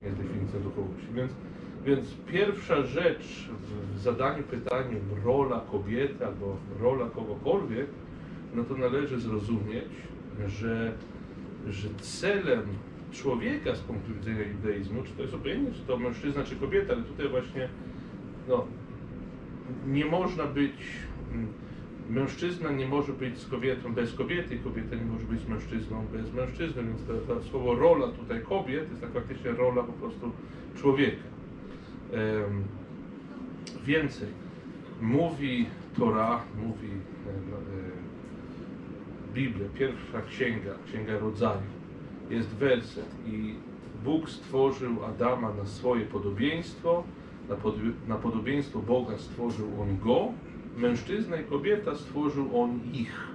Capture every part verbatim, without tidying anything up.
jest definicja duchowości. Więc, więc pierwsza rzecz w zadaniu pytania rola kobiety albo rola kogokolwiek, no to należy zrozumieć, że, że celem człowieka z punktu widzenia judaizmu, czy to jest obojętnie, czy to mężczyzna, czy kobieta, ale tutaj właśnie no, nie można być, mężczyzna nie może być z kobietą bez kobiety, kobieta nie może być z mężczyzną bez mężczyzny, więc to, to słowo rola tutaj kobiet jest tak faktycznie rola po prostu człowieka. Um, więcej, mówi Tora, mówi e, e, Biblia, pierwsza księga, księga rodzaju, jest werset i Bóg stworzył Adama na swoje podobieństwo, na, pod, na podobieństwo Boga stworzył On go, mężczyzna i kobieta stworzył On ich.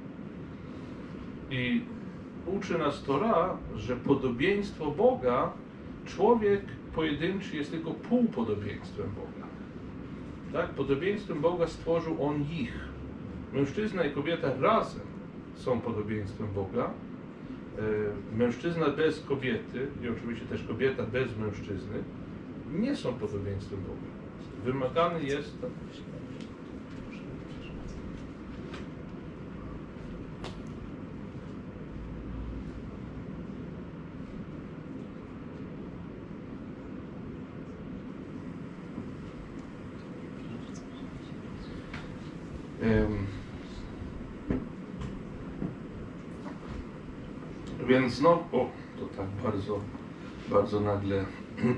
I uczy nas Tora, że podobieństwo Boga, człowiek pojedynczy jest tylko półpodobieństwem Boga. Tak? Podobieństwem Boga stworzył On ich. Mężczyzna i kobieta razem są podobieństwem Boga. Mężczyzna bez kobiety i oczywiście też kobieta bez mężczyzny nie są podobieństwem Boga. Wymagany jest um, Więc no, o, to tak bardzo, bardzo nagle, um,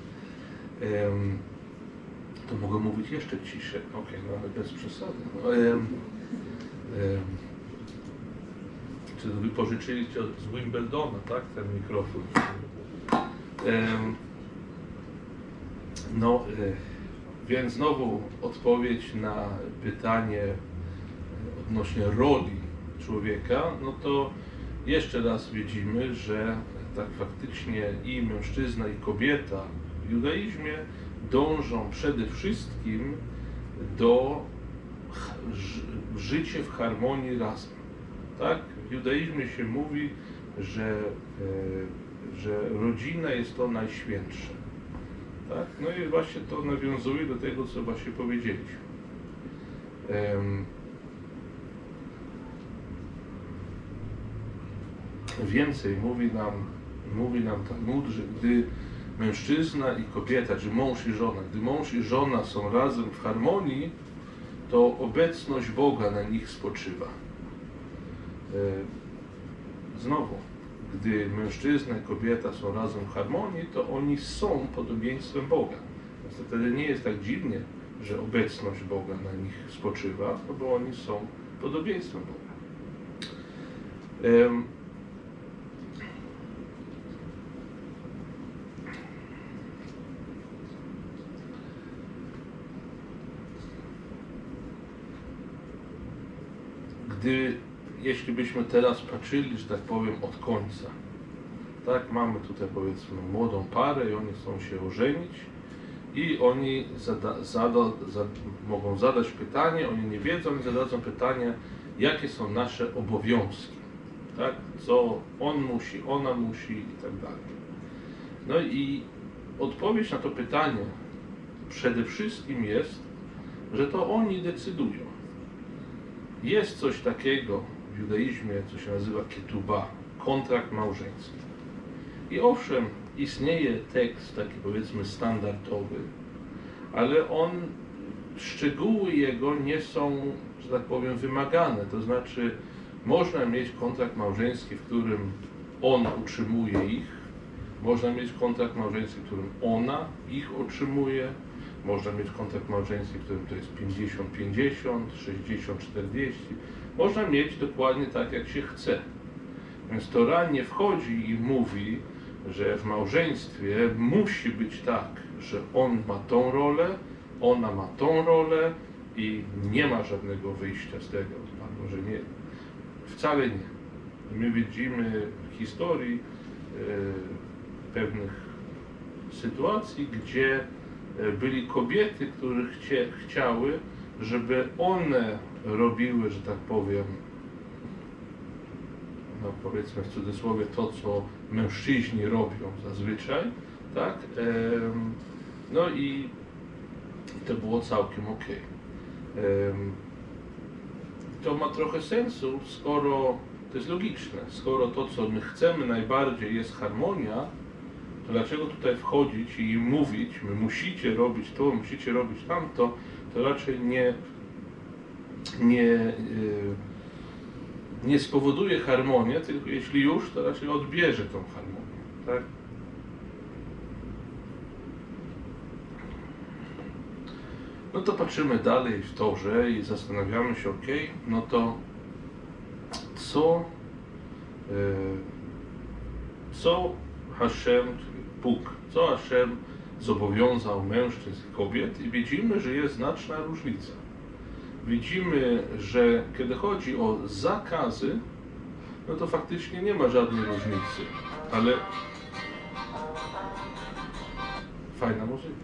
to mogę mówić jeszcze ciszej, okej, okay, no ale bez przesady. No, um, um, czy wypożyczyliście z Wimbledona, tak, ten mikrofon? Um, no, e, więc znowu odpowiedź na pytanie odnośnie roli człowieka, no to jeszcze raz widzimy, że tak faktycznie i mężczyzna, i kobieta w judaizmie dążą przede wszystkim do życia w harmonii razem. Tak? W judaizmie się mówi, że, że rodzina jest to najświętsze. Tak? No i właśnie to nawiązuje do tego, co właśnie powiedzieliśmy. Więcej mówi nam, mówi nam Talmud, że gdy mężczyzna i kobieta, czy mąż i żona, gdy mąż i żona są razem w harmonii, to obecność Boga na nich spoczywa. Znowu, gdy mężczyzna i kobieta są razem w harmonii, to oni są podobieństwem Boga. Więc to wtedy nie jest tak dziwnie, że obecność Boga na nich spoczywa, no bo oni są podobieństwem Boga. Um, Gdy, jeśli byśmy teraz patrzyli, że tak powiem, od końca, tak, mamy tutaj powiedzmy młodą parę i oni chcą się ożenić i oni zada, zada, za, mogą zadać pytanie, oni nie wiedzą, oni zadadzą pytanie, jakie są nasze obowiązki, tak, co on musi, ona musi i tak dalej. No i odpowiedź na to pytanie przede wszystkim jest, że to oni decydują. Jest coś takiego w judaizmie, co się nazywa ketuba, kontrakt małżeński. I owszem, istnieje tekst taki powiedzmy standardowy, ale on, szczegóły jego nie są, że tak powiem, wymagane. To znaczy, można mieć kontrakt małżeński, w którym on utrzymuje ich, można mieć kontrakt małżeński, w którym ona ich utrzymuje, można mieć kontrakt małżeński, w którym to jest pięćdziesiąt pięćdziesiąt, sześćdziesiąt czterdzieści. Można mieć dokładnie tak, jak się chce. Więc Tora nie wchodzi i mówi, że w małżeństwie musi być tak, że on ma tą rolę, ona ma tą rolę i nie ma żadnego wyjścia z tego. Albo że nie. Wcale nie. My widzimy w historii e, pewnych sytuacji, gdzie byli kobiety, które chcie, chciały, żeby one robiły, że tak powiem, no powiedzmy w cudzysłowie, to, co mężczyźni robią zazwyczaj, tak? No i to było całkiem ok. To ma trochę sensu, skoro to jest logiczne, skoro to, co my chcemy najbardziej, jest harmonia, to dlaczego tutaj wchodzić i mówić, my musicie robić to, musicie robić tamto, to raczej nie, nie, nie spowoduje harmonię, tylko jeśli już, to raczej odbierze tą harmonię, tak? No to patrzymy dalej w torze i zastanawiamy się, ok, no to co, co Hashem, Bóg, co Hashem zobowiązał mężczyzn i kobiet, i widzimy, że jest znaczna różnica. Widzimy, że kiedy chodzi o zakazy, no to faktycznie nie ma żadnej różnicy, ale fajna muzyka.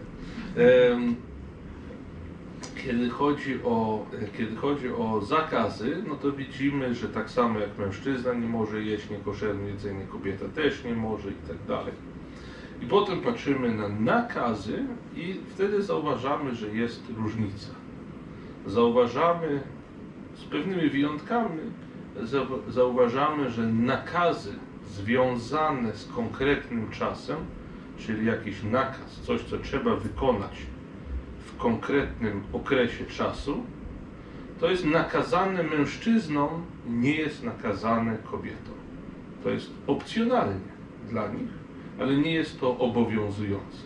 Kiedy chodzi o, kiedy chodzi o zakazy, no to widzimy, że tak samo jak mężczyzna nie może jeść niekoszerne jedzenie, kobieta też nie może i tak dalej. I potem patrzymy na nakazy i wtedy zauważamy, że jest różnica. Zauważamy, z pewnymi wyjątkami, zauważamy, że nakazy związane z konkretnym czasem, czyli jakiś nakaz, coś, co trzeba wykonać w konkretnym okresie czasu, to jest nakazane mężczyznom, nie jest nakazane kobietom. To jest opcjonalnie dla nich, ale nie jest to obowiązujące.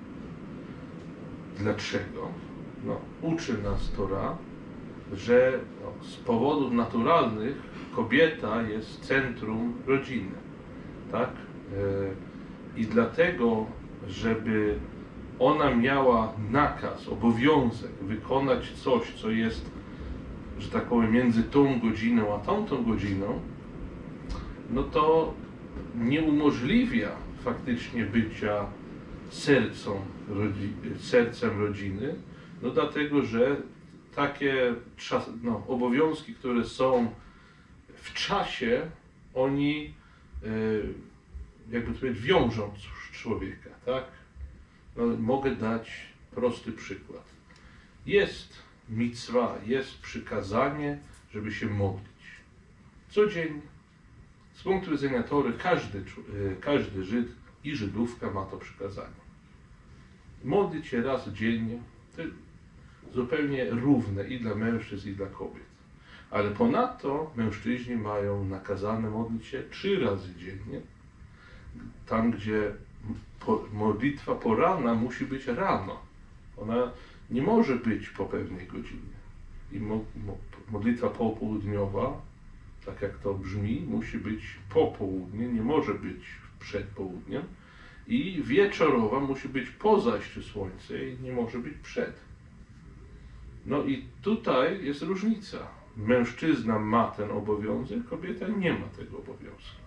Dlaczego? No, uczy nas Tora, że no, z powodów naturalnych kobieta jest centrum rodziny, tak? Yy, I dlatego, żeby ona miała nakaz, obowiązek wykonać coś, co jest, że tak powiem, między tą godziną a tamtą godziną, no to nie umożliwia faktycznie bycia sercą, sercem rodziny, no dlatego, że takie czas, no, obowiązki, które są w czasie, oni jakby to powiedzieć, wiążą człowieka, tak? No, mogę dać prosty przykład. Jest micwa, jest przykazanie, żeby się modlić. Codziennie. Z punktu widzenia Tory każdy, każdy Żyd i Żydówka ma to przykazanie. Modlić się raz dziennie, to zupełnie równe i dla mężczyzn, i dla kobiet. Ale ponadto mężczyźni mają nakazane modlić się trzy razy dziennie. Tam, gdzie modlitwa poranna musi być rano. Ona nie może być po pewnej godzinie. I mo, mo, modlitwa popołudniowa, tak jak to brzmi, musi być po południu, nie może być przed południem. I wieczorowa musi być po zajściu słońca i nie może być przed. No i tutaj jest różnica. Mężczyzna ma ten obowiązek, kobieta nie ma tego obowiązku.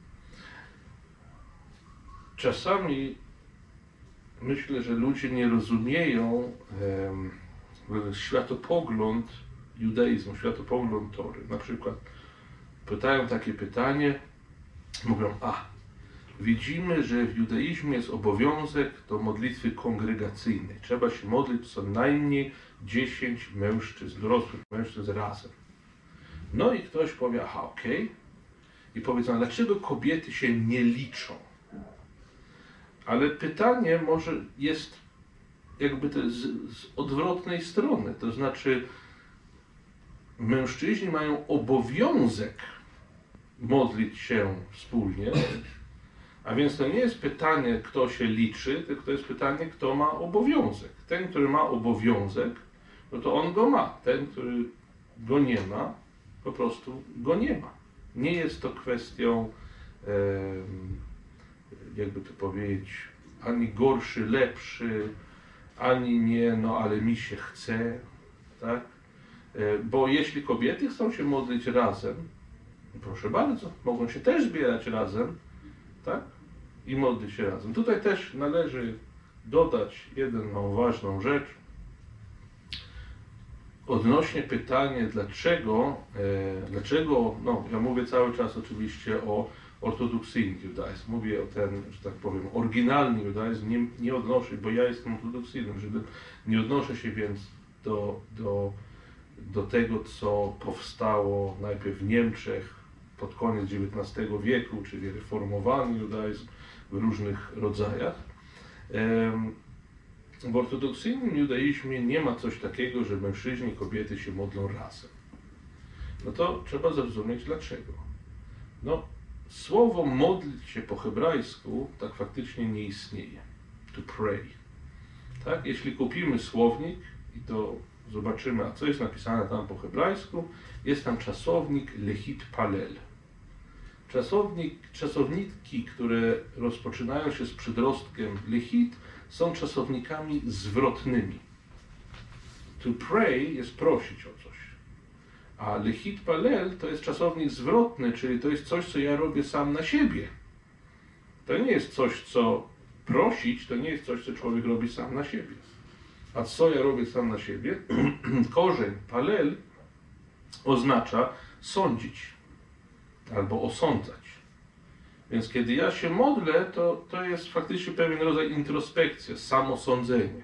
Czasami myślę, że ludzie nie rozumieją um, światopogląd judaizmu, światopogląd Tory. Na przykład pytają takie pytanie, mówią, a widzimy, że w judaizmie jest obowiązek do modlitwy kongregacyjnej. Trzeba się modlić co najmniej dziesięć mężczyzn, dorosłych mężczyzn razem. No i ktoś powie, aha, okej. Okay. I powiedzą, dlaczego kobiety się nie liczą? Ale pytanie może jest jakby to z, z odwrotnej strony. To znaczy mężczyźni mają obowiązek modlić się wspólnie, a więc to nie jest pytanie, kto się liczy, tylko to jest pytanie, kto ma obowiązek. Ten, który ma obowiązek, no to on go ma. Ten, który go nie ma, po prostu go nie ma. Nie jest to kwestią, e, jakby to powiedzieć, ani gorszy, lepszy, ani nie, no ale mi się chce, tak? E, bo jeśli kobiety chcą się modlić razem, proszę bardzo, mogą się też zbierać razem, tak? I modlić się razem. Tutaj też należy dodać jedną ważną rzecz. Odnośnie pytania, dlaczego, e, dlaczego, no ja mówię cały czas oczywiście o ortodoksyjny judaizm. Mówię o ten, że tak powiem, oryginalny judaizm, nie, nie odnoszę, bo ja jestem ortodoksyjnym Żydem, nie odnoszę się więc do, do, do tego, co powstało najpierw w Niemczech pod koniec dziewiętnastego wieku, czyli reformowany judaizm w różnych rodzajach. W ortodoksyjnym judaizmie nie ma coś takiego, że mężczyźni i kobiety się modlą razem. No to trzeba zrozumieć dlaczego. No, słowo modlić się po hebrajsku tak faktycznie nie istnieje. To pray. Tak? Jeśli kupimy słownik i to zobaczymy, a co jest napisane tam po hebrajsku, jest tam czasownik lehit palel. Czasownik, czasowniki, które rozpoczynają się z przedrostkiem lehit, są czasownikami zwrotnymi. To pray jest prosić o coś. A lehit palel to jest czasownik zwrotny, czyli to jest coś, co ja robię sam na siebie. To nie jest coś, co prosić, to nie jest coś, co człowiek robi sam na siebie. A co ja robię sam na siebie? Korzeń palel oznacza sądzić albo osądzać. Więc kiedy ja się modlę, to, to jest faktycznie pewien rodzaj introspekcji, samosądzenie.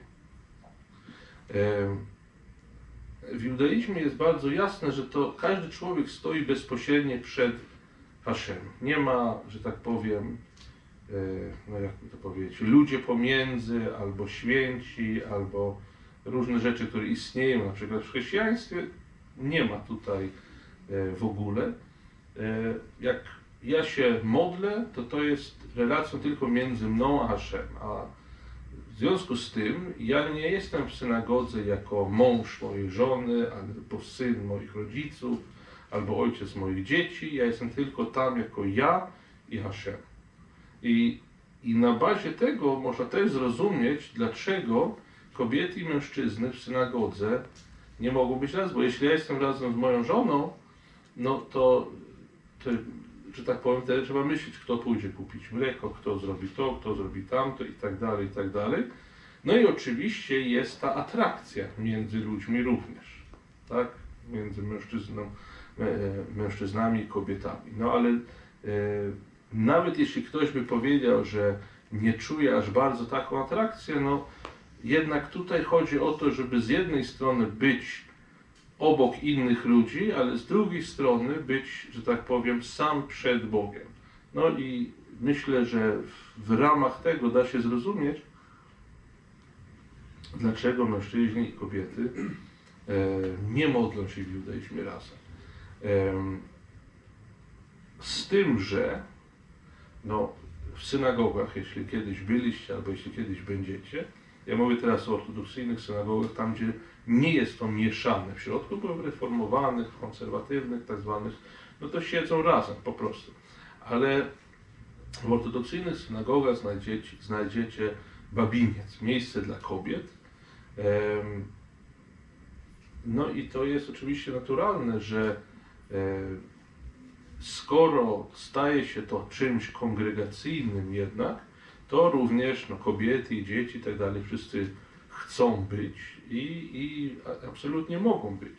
W judaizmie jest bardzo jasne, że to każdy człowiek stoi bezpośrednio przed Haszem. Nie ma, że tak powiem, no jak to powiedzieć, ludzie pomiędzy, albo święci, albo różne rzeczy, które istnieją, na przykład w chrześcijaństwie, nie ma tutaj w ogóle. Jak ja się modlę, to to jest relacją tylko między mną a Haszem, a w związku z tym ja nie jestem w synagodze jako mąż mojej żony, albo syn moich rodziców, albo ojciec moich dzieci. Ja jestem tylko tam jako ja i Haszem. I, I na bazie tego można też zrozumieć, dlaczego kobiety i mężczyzny w synagodze nie mogą być razem. Bo jeśli ja jestem razem z moją żoną, no to, to że tak powiem, wtedy trzeba myśleć, kto pójdzie kupić mleko, kto zrobi to, kto zrobi tamto i tak dalej, i tak dalej. No i oczywiście jest ta atrakcja między ludźmi również, tak? Między mężczyzną, mężczyznami i kobietami. No ale e, nawet jeśli ktoś by powiedział, że nie czuje aż bardzo taką atrakcję, no jednak tutaj chodzi o to, żeby z jednej strony być obok innych ludzi, ale z drugiej strony być, że tak powiem, sam przed Bogiem. No i myślę, że w ramach tego da się zrozumieć, dlaczego mężczyźni i kobiety e, nie modlą się w judaizmie razem. E, z tym, że no, w synagogach, jeśli kiedyś byliście, albo jeśli kiedyś będziecie, ja mówię teraz o ortodoksyjnych synagogach, tam gdzie nie jest to mieszane w środku, bo w reformowanych, konserwatywnych, tak zwanych, no to siedzą razem po prostu. Ale w ortodoksyjnych synagogach znajdziecie, znajdziecie babiniec, miejsce dla kobiet. No i to jest oczywiście naturalne, że skoro staje się to czymś kongregacyjnym jednak, to również no, kobiety i dzieci i tak dalej, wszyscy chcą być i, i absolutnie mogą być.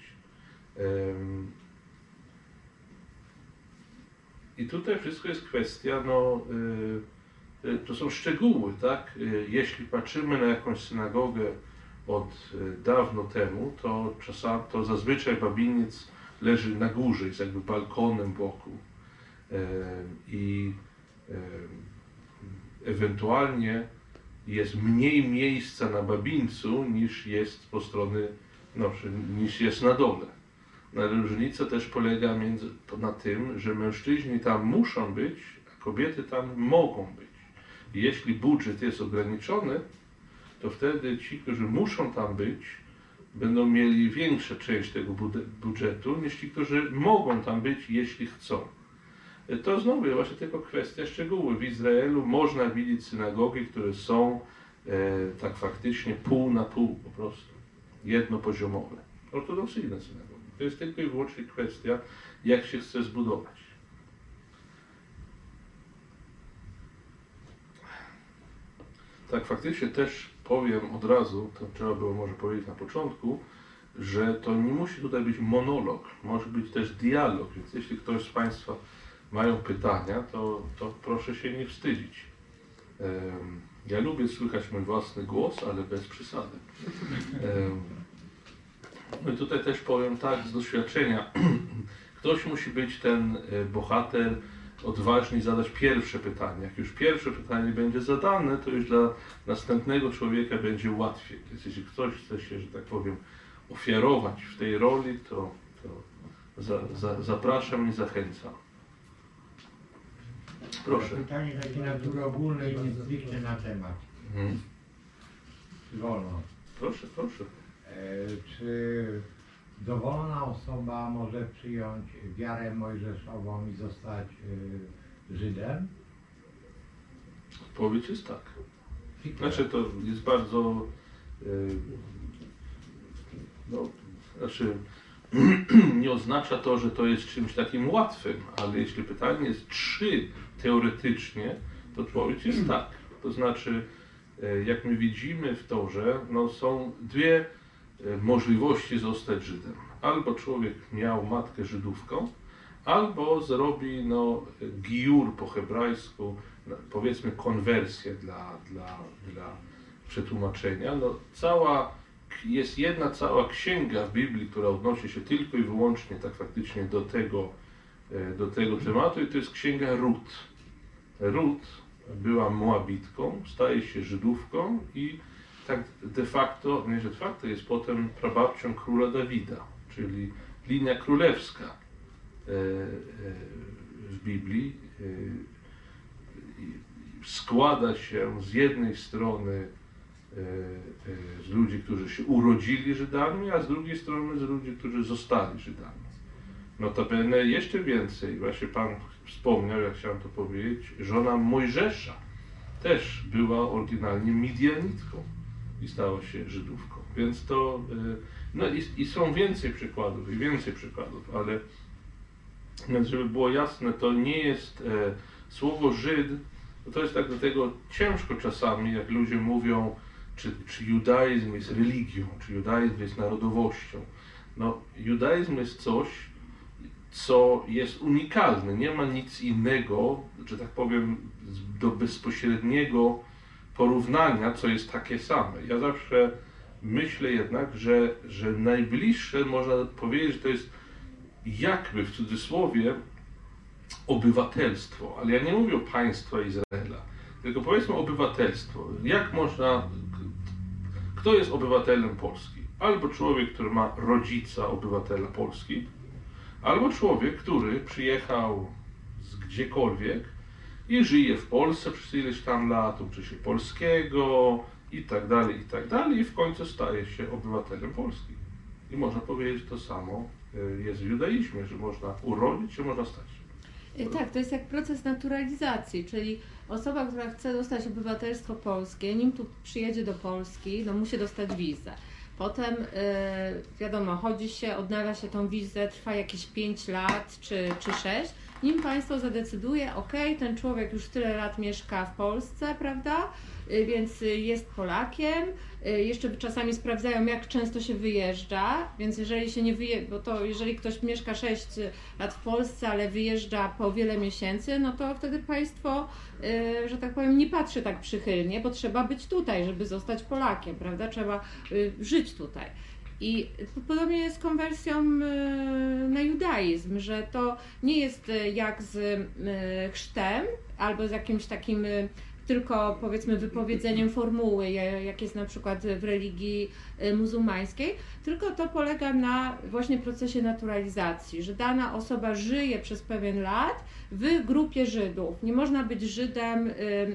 I tutaj wszystko jest kwestia, no, to są szczegóły, tak? Jeśli patrzymy na jakąś synagogę od dawno temu, to czasami, to zazwyczaj babiniec leży na górze, jest jakby balkonem wokół. I ewentualnie jest mniej miejsca na babińcu niż jest po strony, no, niż jest na dole. No, różnica też polega między, na tym, że mężczyźni tam muszą być, a kobiety tam mogą być. I jeśli budżet jest ograniczony, to wtedy ci, którzy muszą tam być, będą mieli większą część tego budżetu niż ci, którzy mogą tam być, jeśli chcą. To znowu jest właśnie tylko kwestia szczegółów. W Izraelu można widzieć synagogi, które są e, tak faktycznie pół na pół po prostu, jednopoziomowe. Ortodoksyjne synagogi. To jest tylko i wyłącznie kwestia, jak się chce zbudować. Tak faktycznie też powiem od razu, to trzeba było może powiedzieć na początku, że to nie musi tutaj być monolog, może być też dialog, więc jeśli ktoś z Państwa mają pytania, to, to proszę się nie wstydzić. Ja lubię słychać mój własny głos, ale bez przesady. No i tutaj też powiem tak z doświadczenia. Ktoś musi być ten bohater odważny i zadać pierwsze pytanie. Jak już pierwsze pytanie będzie zadane, to już dla następnego człowieka będzie łatwiej. Więc jeśli ktoś chce się, że tak powiem, ofiarować w tej roli, to, to za, za, zapraszam i zachęcam. Proszę. Pytanie takie natury ogólnej, nie stricte na temat. Hmm. Czy wolno? Proszę, proszę. E, czy dowolna osoba może przyjąć wiarę mojżeszową i zostać e, Żydem? Odpowiedź jest tak. Znaczy to jest bardzo... E, no, znaczy... nie oznacza to, że to jest czymś takim łatwym, ale jeśli pytanie jest czy teoretycznie, to odpowiedź jest tak. To znaczy, jak my widzimy w Torze, no są dwie możliwości zostać Żydem. Albo człowiek miał matkę Żydówką, albo zrobi no, giur po hebrajsku, powiedzmy konwersję dla, dla, dla przetłumaczenia. No, cała Jest jedna cała księga w Biblii, która odnosi się tylko i wyłącznie tak faktycznie do tego, do tego tematu i to jest księga Rut. Rut była Moabitką, staje się Żydówką i tak de facto, nie że de facto, jest potem prababcią króla Dawida, czyli linia królewska w Biblii składa się z jednej strony z ludzi, którzy się urodzili Żydami, a z drugiej strony z ludzi, którzy zostali Żydami. Notabene jeszcze więcej, właśnie Pan wspomniał, jak chciałem to powiedzieć, żona Mojżesza też była oryginalnie Midianitką i stała się Żydówką. Więc to, no i, i są więcej przykładów, i więcej przykładów, ale więc żeby było jasne, to nie jest e, słowo Żyd, to jest tak do tego ciężko czasami, jak ludzie mówią, Czy, czy judaizm jest religią, czy judaizm jest narodowością. No, judaizm jest coś, co jest unikalne. Nie ma nic innego, że tak powiem, do bezpośredniego porównania, co jest takie same. Ja zawsze myślę jednak, że, że najbliższe, można powiedzieć, to jest jakby w cudzysłowie obywatelstwo. Ale ja nie mówię o państwa Izraela, tylko powiedzmy obywatelstwo. Jak można... Kto jest obywatelem Polski? Albo człowiek, który ma rodzica obywatela Polski, albo człowiek, który przyjechał z gdziekolwiek i żyje w Polsce przez ileś tam lat, uczy się polskiego i tak dalej, i tak dalej, i w końcu staje się obywatelem Polski. I można powiedzieć, to samo jest w judaizmie, że można urodzić się, można stać się. Tak, to jest jak proces naturalizacji, czyli osoba, która chce dostać obywatelstwo polskie, nim tu przyjedzie do Polski, no musi dostać wizę. Potem yy, wiadomo, chodzi się, odnawia się tą wizę, trwa jakieś pięć lat czy, czy sześć, nim państwo zadecyduje, ok, ten człowiek już tyle lat mieszka w Polsce, prawda, yy, więc jest Polakiem, yy, jeszcze czasami sprawdzają, jak często się wyjeżdża, więc jeżeli się nie wyje, bo to jeżeli ktoś mieszka sześć lat w Polsce, ale wyjeżdża po wiele miesięcy, no to wtedy państwo, yy, że tak powiem, nie patrzy tak przychylnie, bo trzeba być tutaj, żeby zostać Polakiem, prawda, trzeba yy, żyć tutaj. I podobnie jest z konwersją na judaizm, że to nie jest jak z chrztem albo z jakimś takim tylko powiedzmy wypowiedzeniem formuły, jak jest na przykład w religii muzułmańskiej, tylko to polega na właśnie procesie naturalizacji, że dana osoba żyje przez pewien lat w grupie Żydów. Nie można być Żydem,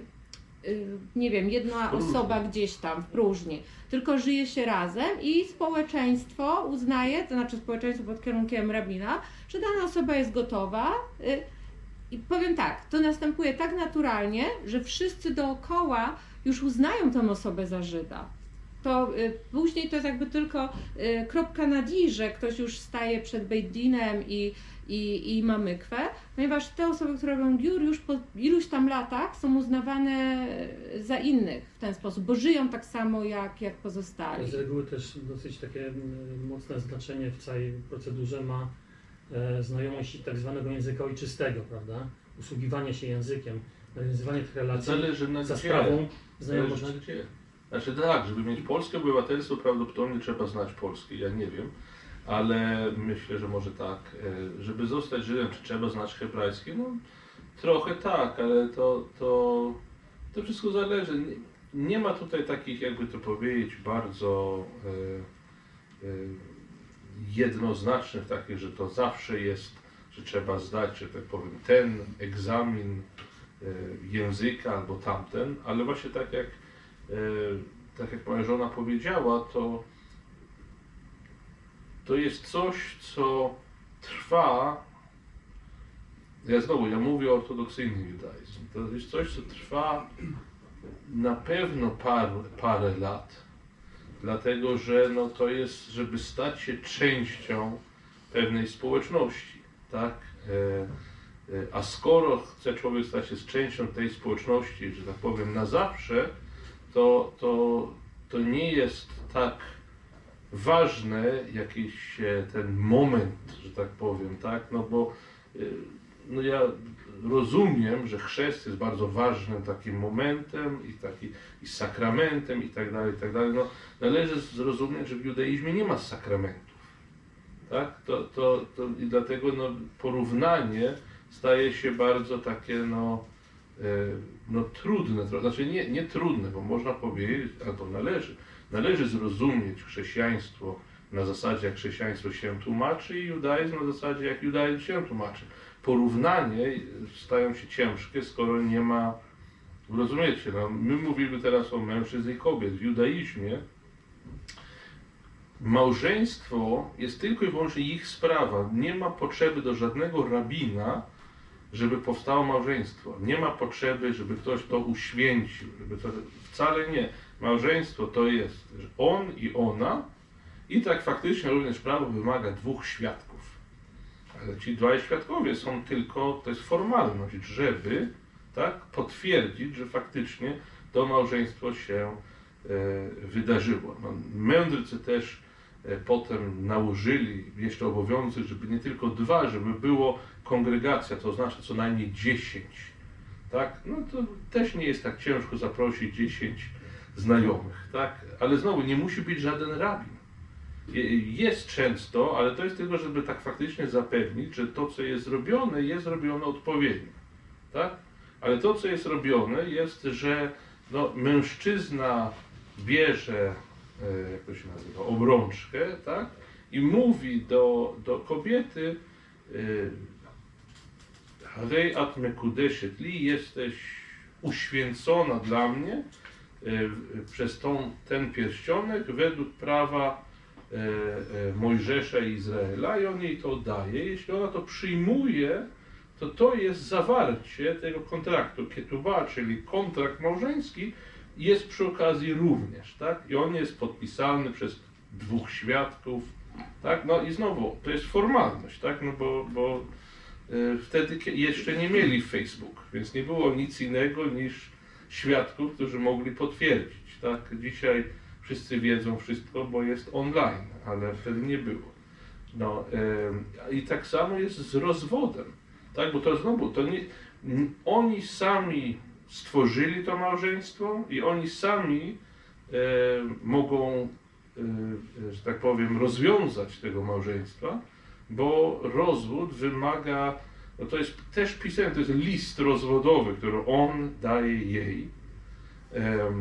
nie wiem, jedna osoba gdzieś tam w próżni, tylko żyje się razem i społeczeństwo uznaje, to znaczy społeczeństwo pod kierunkiem rabina, że dana osoba jest gotowa. I powiem tak, to następuje tak naturalnie, że wszyscy dookoła już uznają tę osobę za Żyda. To y, później to jest jakby tylko y, kropka nad i, że ktoś już staje przed Beit Dinem i, i, i ma mykwę, ponieważ te osoby, które robią giur, już po iluś tam latach są uznawane za innych w ten sposób, bo żyją tak samo jak, jak pozostali. Z reguły też dosyć takie mocne znaczenie w całej procedurze ma e, znajomość tak zwanego języka ojczystego, prawda? Usługiwanie się językiem, nawiązywanie tych relacji Zależy na za gdzie. sprawą Zależy znajomości. na gdzie. Znaczy tak, żeby mieć polskie obywatelstwo prawdopodobnie trzeba znać polski, ja nie wiem, ale myślę, że może tak. e, Żeby zostać Żydem, czy trzeba znać hebrajski? No trochę tak, ale to, to, to wszystko zależy. Nie, nie ma tutaj takich, jakby to powiedzieć, bardzo e, e, jednoznacznych takich, że to zawsze jest, że trzeba zdać, że tak powiem, ten egzamin e, języka albo tamten, ale właśnie tak jak, e, tak jak moja żona powiedziała, to, to jest coś, co trwa. Ja znowu, ja mówię o ortodoksyjnym judaizmie. To jest coś, co trwa na pewno par, parę lat. Dlatego, że no, to jest, żeby stać się częścią pewnej społeczności, tak? E, e, a skoro chce człowiek stać się częścią tej społeczności, że tak powiem, na zawsze, to, to, to nie jest tak ważny jakiś e, ten moment, że tak powiem, tak? No bo e, no ja rozumiem, że chrzest jest bardzo ważnym takim momentem i, taki, i sakramentem i tak dalej, i tak dalej. No, należy zrozumieć, że w judaizmie nie ma sakramentów. Tak? To, to, to, I dlatego no, porównanie staje się bardzo takie no, e, no, trudne. Znaczy nie, nie trudne, bo można powiedzieć, albo należy, należy zrozumieć chrześcijaństwo na zasadzie, jak chrześcijaństwo się tłumaczy i judaizm na zasadzie, jak judaizm się tłumaczy. Porównanie stają się ciężkie, skoro nie ma, rozumiecie, no, my mówimy teraz o mężczyzn i kobiet. W judaizmie małżeństwo jest tylko i wyłącznie ich sprawa. Nie ma potrzeby do żadnego rabina, żeby powstało małżeństwo. Nie ma potrzeby, żeby ktoś to uświęcił. Żeby to, wcale nie. Małżeństwo to jest on i ona i tak faktycznie również prawo wymaga dwóch świadków. Ale ci dwaj świadkowie są tylko, to jest formalność, żeby tak, potwierdzić, że faktycznie to małżeństwo się e, wydarzyło. No, mędrcy też e, potem nałożyli jeszcze obowiązek, żeby nie tylko dwa, żeby było kongregacja, to znaczy co najmniej dziesięć. Tak? No to też nie jest tak ciężko zaprosić dziesięć znajomych, tak? Ale znowu nie musi być żaden rabin. Jest często, ale to jest tylko, żeby tak faktycznie zapewnić, że to, co jest zrobione, jest robione odpowiednio. Tak? Ale to, co jest robione, jest, że no, mężczyzna bierze, e, jak to się nazywa, obrączkę, tak? I mówi do, do kobiety, Harei at mekudeshet li, jesteś uświęcona dla mnie e, przez tą, ten pierścionek według prawa Mojżesza i Izraela i on jej to daje. Jeśli ona to przyjmuje, to to jest zawarcie tego kontraktu. Ketuba, czyli kontrakt małżeński, jest przy okazji również, tak? I on jest podpisany przez dwóch świadków, tak? No i znowu, to jest formalność, tak? No bo, bo e, wtedy jeszcze nie mieli Facebook, więc nie było nic innego niż świadków, którzy mogli potwierdzić, tak? Dzisiaj wszyscy wiedzą wszystko, bo jest online, ale wtedy nie było. No, e, i tak samo jest z rozwodem, tak? Bo to znowu, to nie, oni sami stworzyli to małżeństwo i oni sami e, mogą, e, że tak powiem, rozwiązać tego małżeństwa, bo rozwód wymaga, no to jest też pisane, to jest list rozwodowy, który on daje jej. E,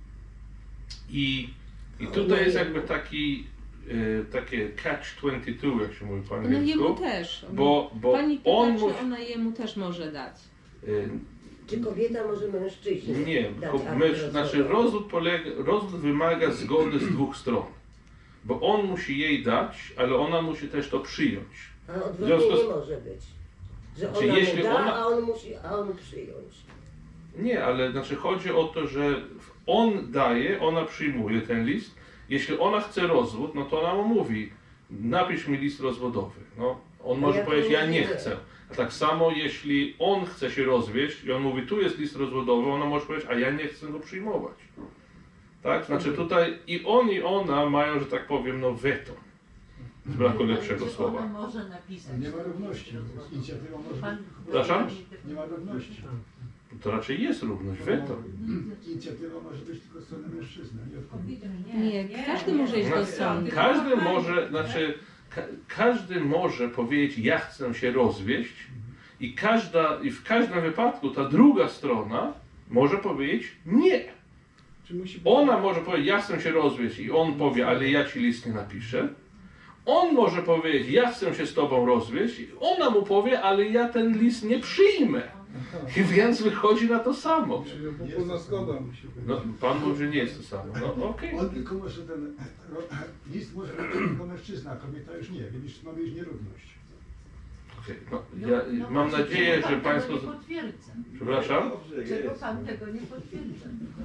I, I tutaj jest jakby taki, e, takie catch dwadzieścia dwa, jak się mówi po Ona angielsku. jemu też. Bo, bo Pani pyta, on czy musi... ona jemu też może dać. e, Czy kobieta może mężczyźnie Nie, dać ko- akt męż, znaczy rozwodowy? rozwód, polega, rozwód wymaga zgody z dwóch stron. Bo on musi jej dać, ale ona musi też to przyjąć. A W odwrotnie związku z- nie może być. Że Czy ona jeśli mu da, ona- a on musi, a on przyjąć. Nie, ale znaczy chodzi o to, że on daje, ona przyjmuje ten list. Jeśli ona chce rozwód, no to ona mu mówi, napisz mi list rozwodowy. No, on A może ja to powiedzieć, ja nie nie wiem. chcę. A tak samo jeśli on chce się rozwieść i on mówi, tu jest list rozwodowy, ona może powiedzieć, a ja nie chcę go przyjmować. Tak? Znaczy tutaj i on i ona mają, że tak powiem, no weto. z braku lepszego Czy słowa. ona może napisać? Nie ma równości. Inicjatywa może Pan- być. Przepraszam? Nie ma równości. To raczej jest równość, weto. Inicjatywa może być tylko strony mężczyzny, nie od kobiety. Nie, każdy może iść do sądu. Każdy może, znaczy, ka każdy może powiedzieć, ja chcę się rozwieść i, każda, i w każdym wypadku ta druga strona może powiedzieć nie. Czy musi być... Ona może powiedzieć, ja chcę się rozwieść i on powie, ale ja ci list nie napiszę. On może powiedzieć, ja chcę się z tobą rozwieść i ona mu powie, ale ja ten list nie przyjmę. I więc wychodzi na to samo. Czyli wspólna zgoda musi być. No, pan mówi, że nie jest to samo. No okej. On tylko może ten ro- list może robić tylko mężczyzna, a kobieta już nie, więc mamy już nierówność. Okej, no, ja mam nadzieję, że państwo... Nie potwierdza. Przepraszam? Czego pan tego nie potwierdza?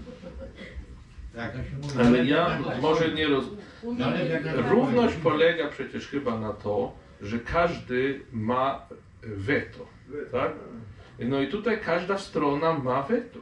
Jak to się mówi? Ale ja może nie roz... Ale jak na- Równość polega przecież chyba na to, że każdy ma weto, tak? No i tutaj każda strona ma weto,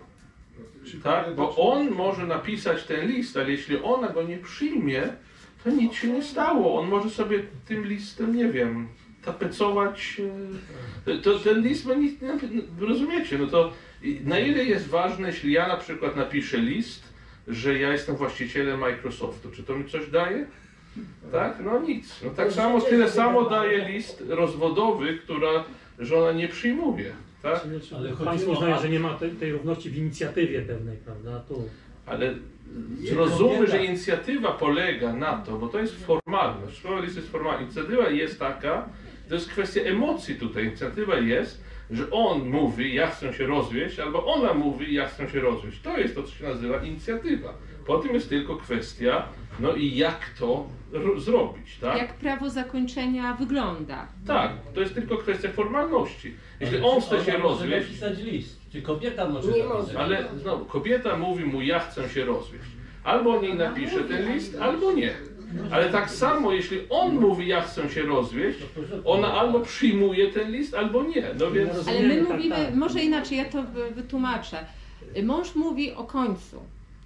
tak? Bo on może napisać ten list, ale jeśli ona go nie przyjmie, to nic się nie stało. On może sobie tym listem, nie wiem, tapecować. e, To, ten list ma nic, no, rozumiecie? No to i na ile jest ważne, jeśli ja na przykład napiszę list, że ja jestem właścicielem Microsoftu, czy to mi coś daje? Tak? No nic. No tak samo, tyle samo daje list rozwodowy, która żona nie przyjmuje, tak? Czyli, Ale ale chodzi państwo o uznaje, akt. że nie ma tej, tej równości w inicjatywie pewnej, prawda? Tu. Ale Nie, zrozummy, kobieta. że inicjatywa polega na to, bo to jest formalność. Szkoła list jest formalna. Inicjatywa jest taka, to jest kwestia emocji tutaj. Inicjatywa jest, że on mówi, ja chcę się rozwieść, albo ona mówi, ja chcę się rozwieść. To jest to, co się nazywa inicjatywa. Potem jest tylko kwestia, no i jak to ro- zrobić, tak? Jak prawo zakończenia wygląda. Tak, to jest tylko kwestia formalności. Jeśli Ale on czy chce się ona może rozwieść, napisać list? Czy kobieta może Nie napisać? może. ale znowu, kobieta mówi mu, ja chcę się rozwieść. Albo on jej napisze ten list, albo nie. Ale tak samo, jeśli on mówi, ja chcę się rozwieść, ona albo przyjmuje ten list, albo nie. No więc... Ale my Tak, mówimy, tak. może inaczej, ja to wy- wytłumaczę. Mąż mówi o końcu.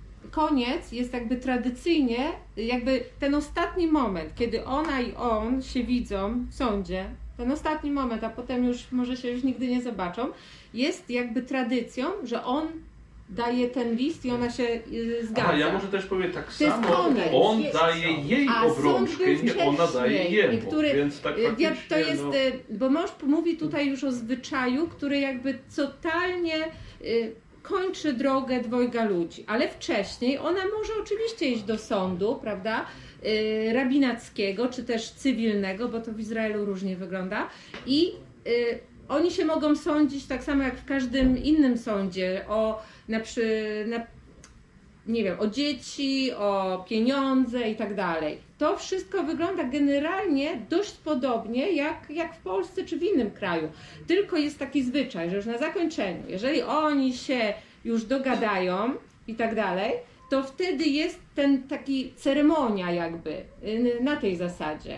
Koniec jest jakby tradycyjnie, jakby ten ostatni moment, kiedy ona i on się widzą w sądzie, ten ostatni moment, a potem już może się już nigdy nie zobaczą, jest jakby tradycją, że on daje ten list i ona się y, zgadza. A ja może też powiem tak To jest samo, koniec. on Jest daje sąd. jej A sąd obrączkę, był nie ona daje wcześniej, jemu. który- Więc tak Y, Ja, faktycznie, to jest, no, y, bo mąż mówi tutaj już o zwyczaju, który jakby totalnie y, kończy drogę dwojga ludzi, ale wcześniej ona może oczywiście iść do sądu, prawda, y, rabinackiego, czy też cywilnego, bo to w Izraelu różnie wygląda i y, oni się mogą sądzić tak samo jak w każdym innym sądzie o na, przy, na nie wiem, o dzieci, o pieniądze i tak dalej. To wszystko wygląda generalnie dość podobnie jak, jak w Polsce czy w innym kraju. Tylko jest taki zwyczaj, że już na zakończeniu, jeżeli oni się już dogadają i tak dalej, to wtedy jest ten taki ceremonia jakby y, na tej zasadzie.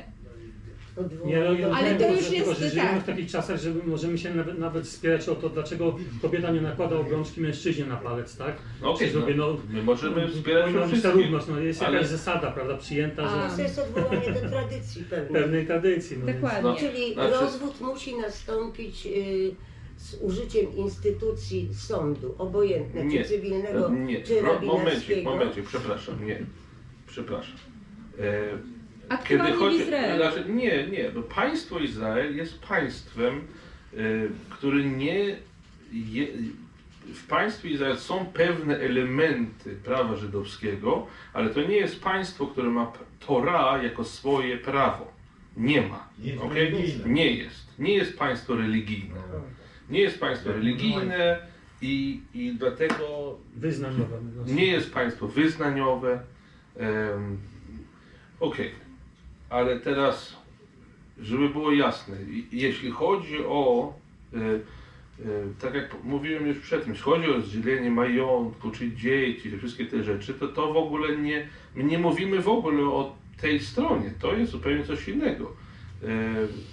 Nie, no, ja Ale wiem, to tylko, już że- tylko, jest, że żyjemy tak. w takich czasach, że możemy się nawet, nawet spierać o to, dlaczego kobieta nie nakłada obrączki mężczyźnie na palec, tak? no okej, Czy zrobię, no, no, my możemy wspierać powinna się być ta wszystkim. równość, no, jest ale- jakaś zasada, prawda, przyjęta, A. że To jest odwołanie do tradycji pewnej. pewnej tradycji. No, więc- Dokładnie. No. Czyli Znaczy- rozwód musi nastąpić y, z użyciem instytucji sądu, obojętne, Nie, czy cywilnego, nie, czy Ro- momencik, rabinackiego. momencik, przepraszam, nie, przepraszam. E, Aktualnie Kiedy chodzi, w Izraelu. znaczy, nie, nie, bo państwo Izrael jest państwem, y, który nie, je, w państwie Izrael są pewne elementy prawa żydowskiego, ale to nie jest państwo, które ma p- Tora jako swoje prawo. Nie ma. Nie jest okej? religijne. Nie jest. Nie jest państwo religijne. Nie jest państwo religijne i, i dlatego wyznaniowa. no, nie jest państwo wyznaniowe. Um, Okej, ale teraz, żeby było jasne, i- jeśli chodzi o, e, e, tak jak mówiłem już przedtem, jeśli chodzi o rozdzielenie majątku, czy dzieci, czy wszystkie te rzeczy, to to w ogóle nie, my nie mówimy w ogóle o tej stronie, to jest zupełnie coś innego. E,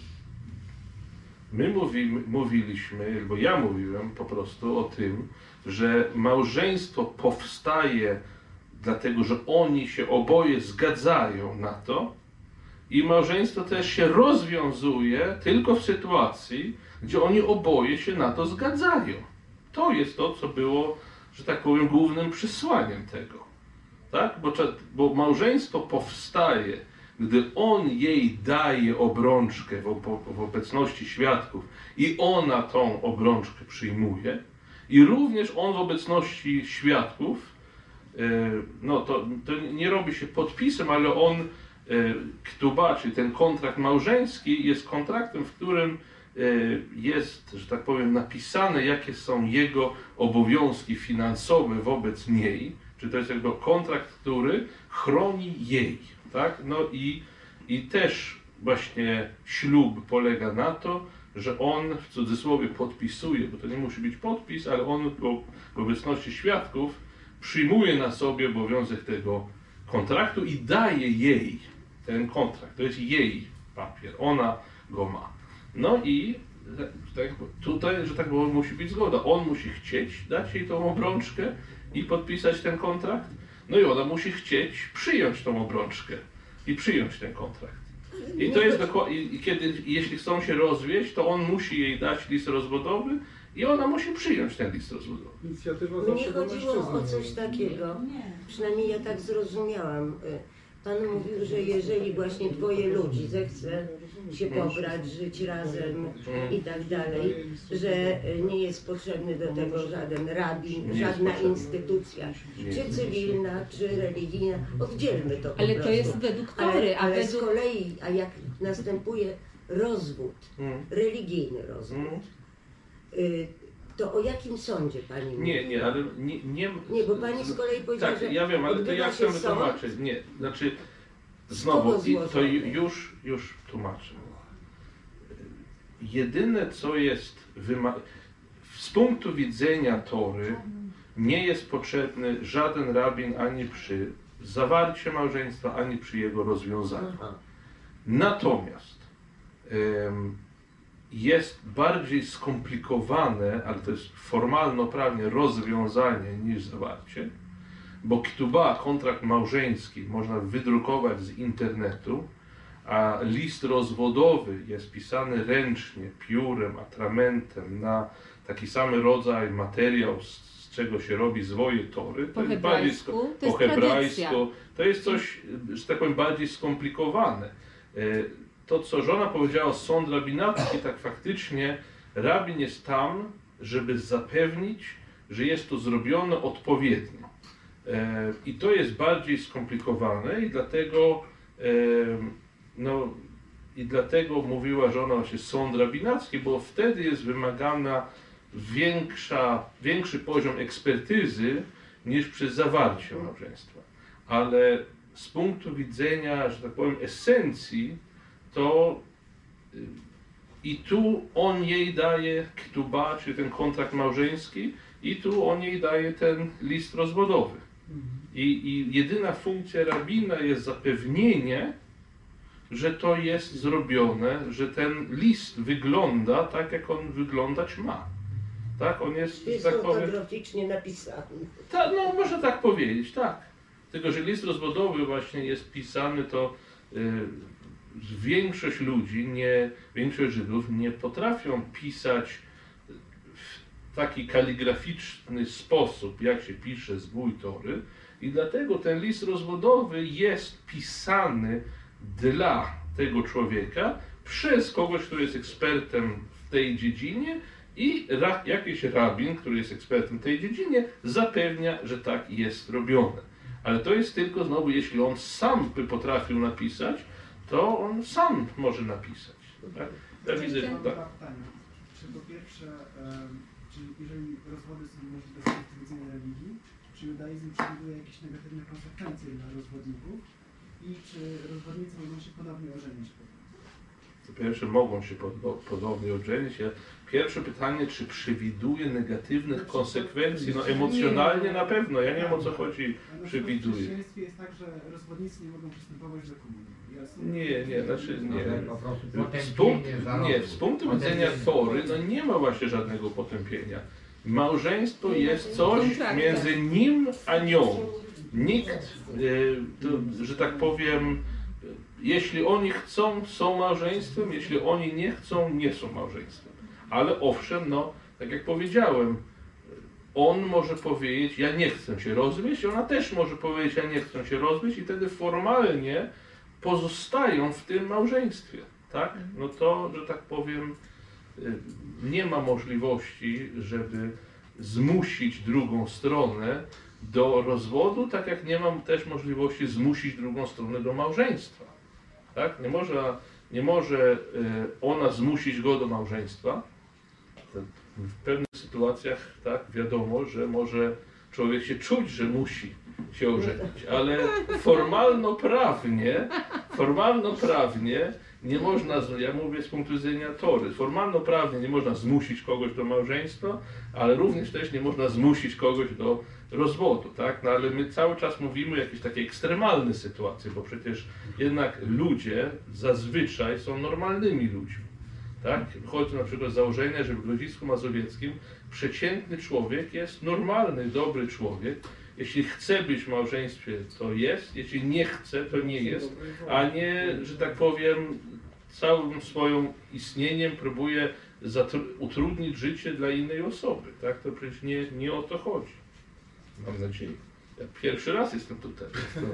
My mówi, mówiliśmy, albo ja mówiłem po prostu o tym, że małżeństwo powstaje dlatego, że oni się oboje zgadzają na to I małżeństwo też się rozwiązuje tylko w sytuacji, gdzie oni oboje się na to zgadzają. To jest to, co było, że tak powiem, głównym przesłaniem tego. Tak? Bo, bo małżeństwo powstaje, gdy on jej daje obrączkę w, w obecności świadków i ona tą obrączkę przyjmuje, i również on w obecności świadków, no to, to nie robi się podpisem, ale on, ktuba, czyli ten kontrakt małżeński, jest kontraktem, w którym jest, że tak powiem, napisane, jakie są jego obowiązki finansowe wobec niej, czy to jest jakby kontrakt, który chroni jej, tak? No i, i też właśnie ślub polega na to, że on w cudzysłowie podpisuje, bo to nie musi być podpis, ale on w obecności świadków przyjmuje na sobie obowiązek tego kontraktu i daje jej ten kontrakt. To jest jej papier, ona go ma. No i tak, tutaj, że tak powiem, musi być zgoda. On musi chcieć dać jej tą obrączkę i podpisać ten kontrakt, no i ona musi chcieć przyjąć tą obrączkę i przyjąć ten kontrakt. I to jest dokładnie, i kiedy, jeśli chcą się rozwieść, to on musi jej dać list rozwodowy i ona musi przyjąć ten list rozwodowy. Inicjatywa Mnie zawsze do chodziło mężczyzny. o coś takiego, przynajmniej ja tak zrozumiałam. Pan mówił, że jeżeli właśnie dwoje ludzi zechce się pobrać, żyć razem i tak dalej, że nie jest potrzebny do tego żaden rabin, żadna instytucja, czy cywilna, czy religijna. Oddzielmy to po Ale prostu. to jest według Tory, Ale, a ale z według... kolei, a jak następuje rozwód, Mm. religijny rozwód, Mm. y, to o jakim sądzie pani mówi? Nie, nie, ale nie... Nie, Nie, bo pani z kolei powiedziała, tak, że ja wiem, ale to odbywa ja się chcę sąd. wytłumaczyć. Nie, znaczy kogo znowu, i to złożony? już, już tłumaczę. Jedyne, co jest wyma- z punktu widzenia Tory, nie jest potrzebny żaden rabin ani przy zawarciu małżeństwa, ani przy jego rozwiązaniu. Aha. Natomiast ym, jest bardziej skomplikowane, ale to jest formalno-prawnie rozwiązanie niż zawarcie, bo ktuba, kontrakt małżeński, można wydrukować z internetu, a list rozwodowy jest pisany ręcznie, piórem, atramentem na taki sam rodzaj materiał, z, z czego się robi zwoje Tory. Po To jest bardziej hebrajsku sko- to jest po hebrajsku. tradycja. To jest coś, że tak powiem, bardziej skomplikowane. E, To, co żona powiedziała, sąd rabinacki, tak faktycznie rabin jest tam, żeby zapewnić, że jest to zrobione odpowiednio. E, I to jest bardziej skomplikowane i dlatego, e, no, i dlatego mówiła żona właśnie sąd rabinacki, bo wtedy jest wymagana większa, większy poziom ekspertyzy niż przy zawarciu małżeństwa. Ale z punktu widzenia, że tak powiem, esencji, to y, i tu on jej daje ktuba, czyli ten kontrakt małżeński, i tu on jej daje ten list rozwodowy. I, i jedyna funkcja rabina jest zapewnienie, że to jest zrobione, że ten list wygląda tak, jak on wyglądać ma. Tak, on jest, Jest tak powiem, ortograficznie napisany. ta, no można tak powiedzieć, tak. Tylko, że list rozwodowy właśnie jest pisany, to y, większość ludzi, nie, większość Żydów nie potrafią pisać w taki kaligraficzny sposób, jak się pisze zwój Tory, i dlatego ten list rozwodowy jest pisany dla tego człowieka przez kogoś, kto jest ekspertem w tej dziedzinie, i ra, jakiś rabin, który jest ekspertem w tej dziedzinie, zapewnia, że tak jest robione. Ale to jest tylko znowu, jeśli on sam by potrafił napisać, to on sam może napisać. Tak? Ja widzę, że Mam tak. dwa pytania. Czy po pierwsze, em, czy jeżeli rozwody są możliwe z punktu widzenia religii, czy judaizm przewiduje jakieś negatywne konsekwencje dla rozwodników i czy rozwodnicy mogą się ponownie ożenić? Po pierwsze, mogą się pod- ponownie ożenić. Ja- Pierwsze pytanie, czy przewiduje negatywnych konsekwencji? No emocjonalnie na pewno, ja nie wiem, o co chodzi, A na przykład w przewiduje. chrześcijaństwie jest tak, że rozwodnicy nie mogą przystępować do komunii. Ja są- Nie, nie, znaczy nie. Po prostu Z, punkt, potępienie zarodu. nie, z punktu widzenia Potępienie. Tory, no nie ma właśnie żadnego potępienia. Małżeństwo jest coś Kontraktem. między nim a nią. Nikt, e, to, że tak powiem, jeśli oni chcą, są małżeństwem, jeśli oni nie chcą, nie są małżeństwem. Ale owszem, no, tak jak powiedziałem, on może powiedzieć, ja nie chcę się rozwieść, ona też może powiedzieć, ja nie chcę się rozwieść i wtedy formalnie pozostają w tym małżeństwie, tak? No to, że tak powiem, nie ma możliwości, żeby zmusić drugą stronę do rozwodu, tak jak nie mam też możliwości zmusić drugą stronę do małżeństwa. Tak? Nie może, nie może ona zmusić go do małżeństwa. W pewnych sytuacjach tak wiadomo, że może człowiek się czuć, że musi się ożenić, ale formalno-prawnie, formalno-prawnie nie można, ja mówię z punktu widzenia Tory, formalno-prawnie nie można zmusić kogoś do małżeństwa, ale również też nie można zmusić kogoś do rozwodu, tak? No ale my cały czas mówimy o jakiejś takiej ekstremalnej sytuacji, bo przecież jednak ludzie zazwyczaj są normalnymi ludźmi, tak? Chodzi na przykład z założenia, że w Grodzisku Mazowieckim przeciętny człowiek jest normalny, dobry człowiek. Jeśli chce być w małżeństwie, to jest, jeśli nie chce, to nie jest, a nie, że tak powiem, całym swoim istnieniem próbuje utrudnić życie dla innej osoby, tak? To przecież nie, nie o to chodzi. Mam nadzieję. Ja pierwszy raz jestem tutaj.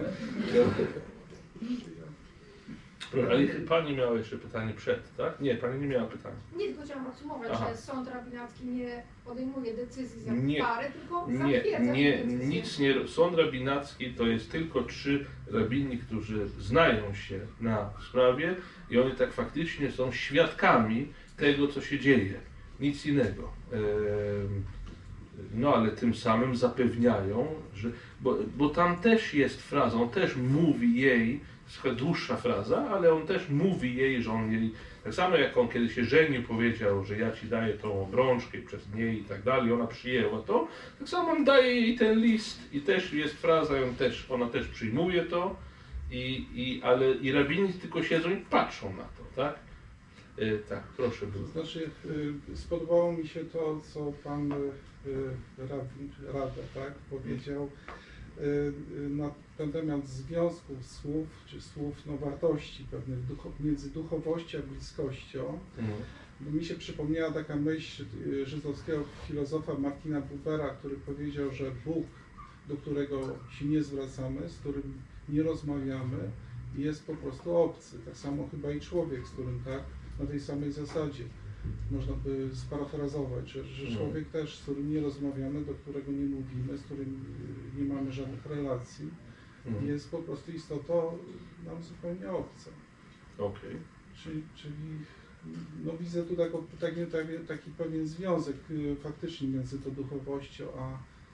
Proszę, ale pani miała jeszcze pytanie przed, tak? Nie, pani nie miała pytania. Nie, tylko chciałam podsumować, Aha. że sąd rabinacki nie podejmuje decyzji za Nie. pary, tylko Nie, zatwierdza nie, tę decyzję. nic nie. Sąd rabinacki to jest tylko trzy rabini, którzy znają się na sprawie i oni tak faktycznie są świadkami tego, co się dzieje. Nic innego. Ehm, No ale tym samym zapewniają, że, bo, bo tam też jest fraza, on też mówi jej, trochę dłuższa fraza, ale on też mówi jej, że on jej, tak samo jak on kiedy się żenił, powiedział, że ja ci daję tą obrączkę przez niej i tak dalej, ona przyjęła to, tak samo on daje jej ten list i też jest fraza, i on też, ona też przyjmuje to, i, i, ale i rabini tylko siedzą i patrzą na to, tak? Yy, tak, proszę To bardzo. znaczy, y, spodobało mi się to, co pan y, rabin, Rada, tak, powiedział y, y, na ten temat związków słów, czy słów no, wartości pewnych ducho, między duchowością a bliskością. Mhm. Bo mi się przypomniała taka myśl y, żydowskiego filozofa Martina Bubera, który powiedział, że Bóg, do którego się nie zwracamy, z którym nie rozmawiamy, jest po prostu obcy. Tak samo chyba i człowiek, z którym tak na tej samej zasadzie można by sparafrazować, że, że człowiek też, z którym nie rozmawiamy, do którego nie mówimy, z którym nie mamy żadnych relacji, Mhm. jest po prostu istotą nam zupełnie obca. Okej. Czyli, czyli no widzę tu taką, taki, taki, taki pewien związek y, faktycznie między tą duchowością a,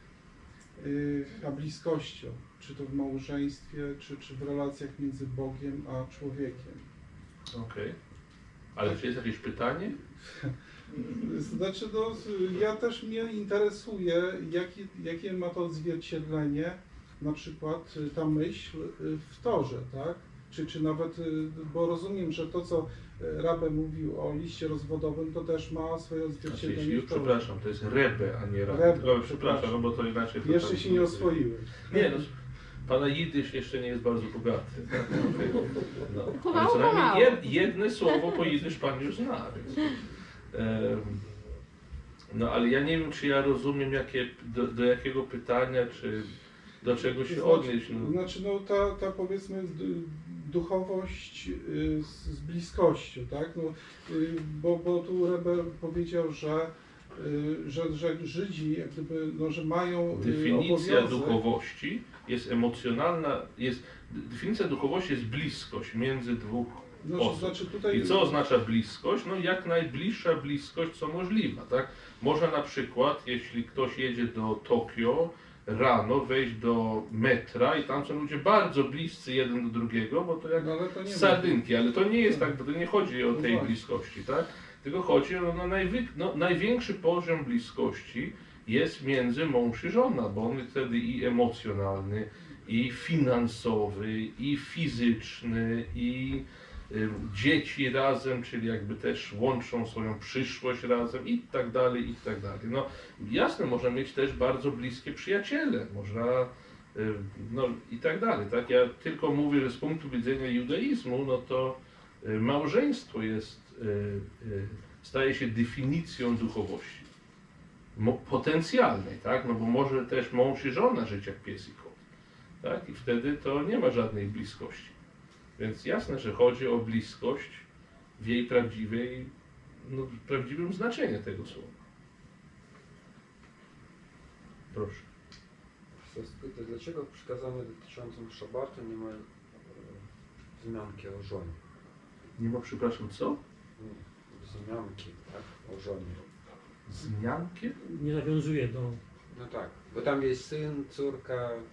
y, a bliskością, czy to w małżeństwie, czy, czy w relacjach między Bogiem a człowiekiem. Okej. Ale czy jest jakieś pytanie? Znaczy, no, ja też mnie interesuje, jakie, jakie ma to odzwierciedlenie, na przykład ta myśl w Torze, tak? Czy, czy nawet, bo rozumiem, że to, co Rabbe mówił o liście rozwodowym, to też ma swoje Znaczy, odzwierciedlenie jeśli, w Torze. przepraszam, to jest Rebbe, a nie Rabbe. Rebbe, Tylko, przepraszam, przepraszam. no bo to inaczej... to Jeszcze tam- się nie oswoiłem. Nie, no, pana jidysz jeszcze nie jest bardzo bogaty. Tak? No. Ale Pomału, co najmniej pomału. jed, jedne słowo po jidysz pan już zna. Więc, em, no ale ja nie wiem, czy ja rozumiem, jakie, do, do jakiego pytania, czy do czego się odnieść. No. Znaczy, no ta, ta powiedzmy d- duchowość y, z, z bliskością, tak? No, y, bo, bo tu Rebel powiedział, że, y, że, że Żydzi jak gdyby, no, że mają y, Definicja obowiązek. duchowości jest emocjonalna, jest, definicja duchowości jest bliskość między dwóch Znaczy, osób. znaczy tutaj, I co oznacza bliskość? No jak najbliższa bliskość, co możliwa, tak? Można na przykład, jeśli ktoś jedzie do Tokio rano, wejść do metra i tam są ludzie bardzo bliscy jeden do drugiego, bo to jak No, ale to nie sardynki, ale to nie jest tak, bo to nie chodzi o No tej właśnie. bliskości, tak? Tylko chodzi o no, najwy, no, największy poziom bliskości jest między mąż i żona, bo on jest wtedy i emocjonalny, i finansowy, i fizyczny, i y, dzieci razem, czyli jakby też łączą swoją przyszłość razem i tak dalej, i tak dalej. No jasne, można mieć też bardzo bliskie przyjaciele, można no i tak dalej. Tak? Ja tylko mówię, że z punktu widzenia judaizmu, no to małżeństwo jest, staje się definicją duchowości. Potencjalnej, tak? No bo może też mąż i żona żyć jak pies i kot. Tak? I wtedy to nie ma żadnej bliskości. Więc jasne, że chodzi o bliskość w jej prawdziwej, no, prawdziwym znaczeniu tego słowa. Proszę. Chcę spytać, dlaczego w przykazaniu dotyczącym szabatu nie ma e, wzmianki o żonie? Nie ma, przepraszam, co? Nie, wzmianki, tak, o żonie. Wzmianki? Nie nawiązuje do... No tak, bo tam jest syn, córka,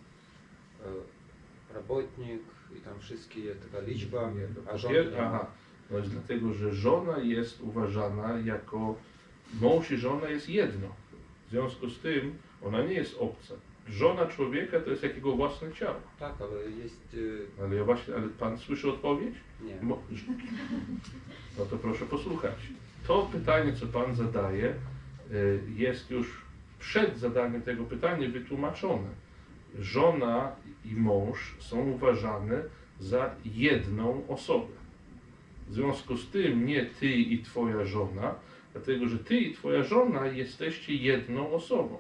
e, robotnik i tam wszystkie jest taka liczba, Nie, a to żona pier... nie ma. Aha, no jest dlatego, że żona jest uważana jako, mąż i żona jest jedno. W związku z tym ona nie jest obca. Żona człowieka to jest jakiego własne ciało. Tak, ale jest... E, Ale ja właśnie, ale pan słyszy odpowiedź? nie. Mo... No to proszę posłuchać. To pytanie, co pan zadaje, jest już przed zadaniem tego pytania wytłumaczone. Żona i mąż są uważane za jedną osobę. W związku z tym nie ty i twoja żona, dlatego że ty i twoja żona jesteście jedną osobą.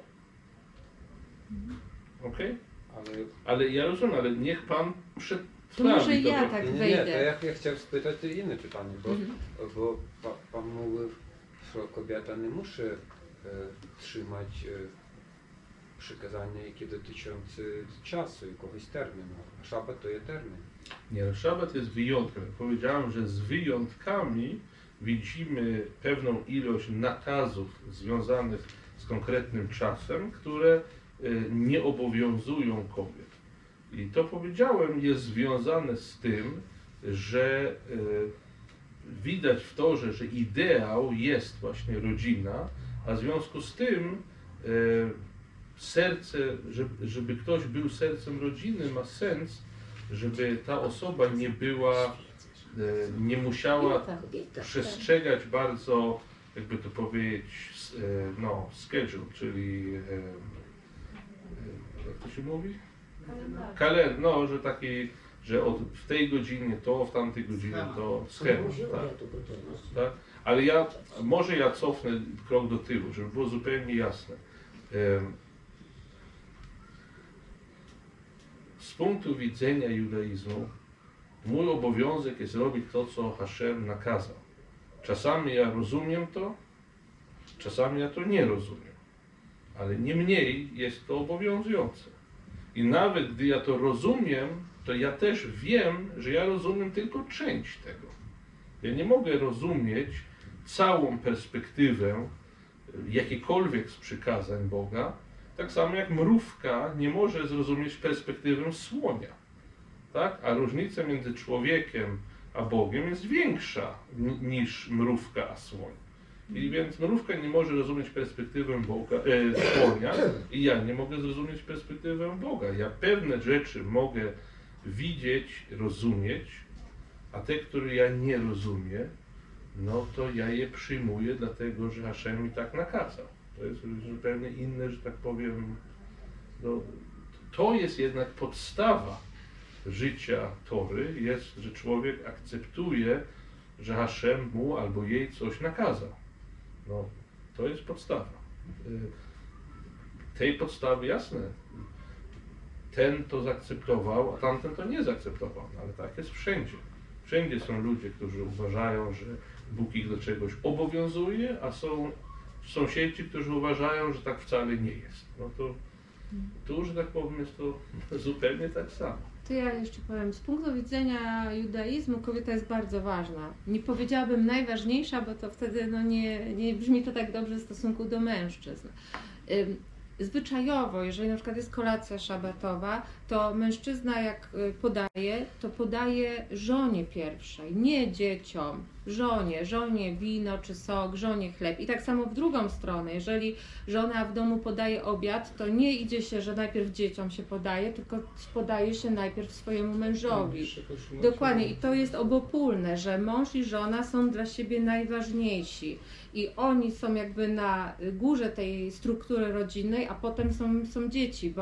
Ok? Ale... Ale ja rozumiem, ale niech pan przetrawi To może ja to. tak nie, nie, wejdę. nie, to ja, ja chciałem spytać to inne pytanie, bo, Mhm. bo pa, pan mówił, że kobieta nie musi e, trzymać e, przykazania, jakie dotyczące czasu, jakiegoś terminu, a szabat to jest termin. Nie, szabat jest wyjątkiem. Powiedziałem, że z wyjątkami widzimy pewną ilość nakazów związanych z konkretnym czasem, które y, nie obowiązują kobiet. I to, powiedziałem, jest związane z tym, że y, widać w to, że, że ideał jest właśnie rodzina, a w związku z tym y, serce, żeby, żeby ktoś był sercem rodziny, ma sens, żeby ta osoba nie była, nie musiała przestrzegać bardzo, jakby to powiedzieć, no, schedule, czyli jak to się mówi? Kalendar. No, że taki, że od, w tej godzinie to, w tamtej godzinie to, schemat, tak? Tak? Ale ja, może ja cofnę krok do tyłu, żeby było zupełnie jasne. Z punktu widzenia judaizmu mój obowiązek jest robić to, co Hashem nakazał. Czasami ja rozumiem to, czasami ja to nie rozumiem. Ale niemniej jest to obowiązujące. I nawet gdy ja to rozumiem, to ja też wiem, że ja rozumiem tylko część tego. Ja nie mogę rozumieć całą perspektywę jakiejkolwiek z przykazań Boga, tak samo jak mrówka nie może zrozumieć perspektywę słonia. Tak? A różnica między człowiekiem a Bogiem jest większa niż mrówka a słoń. I więc mrówka nie może rozumieć perspektywę Boga, e, słonia i ja nie mogę zrozumieć perspektywę Boga. Ja pewne rzeczy mogę widzieć, rozumieć, a te, które ja nie rozumiem, no to ja je przyjmuję, dlatego że Hashem mi tak nakazał. To jest zupełnie inne, że tak powiem, no, to jest jednak podstawa życia Tory, jest, że człowiek akceptuje, że Hashem mu albo jej coś nakazał. No, to jest podstawa. Tej podstawy, jasne, ten to zaakceptował, a tamten to nie zaakceptował, no, ale tak jest wszędzie. Wszędzie są ludzie, którzy uważają, że Bóg ich do czegoś obowiązuje, a są sąsiedzi, którzy uważają, że tak wcale nie jest. No to tu, że tak powiem, jest to zupełnie tak samo. To ja jeszcze powiem, z punktu widzenia judaizmu kobieta jest bardzo ważna. Nie powiedziałabym najważniejsza, bo to wtedy no nie, nie brzmi to tak dobrze w stosunku do mężczyzn. Zwyczajowo, jeżeli na przykład jest kolacja szabatowa, to mężczyzna jak podaje, to podaje żonie pierwszej, nie dzieciom, żonie, żonie wino czy sok, żonie chleb. I tak samo w drugą stronę, jeżeli żona w domu podaje obiad, to nie idzie się, że najpierw dzieciom się podaje, tylko podaje się najpierw swojemu mężowi. Dokładnie i to jest obopólne, że mąż i żona są dla siebie najważniejsi. I oni są jakby na górze tej struktury rodzinnej, a potem są, są dzieci, bo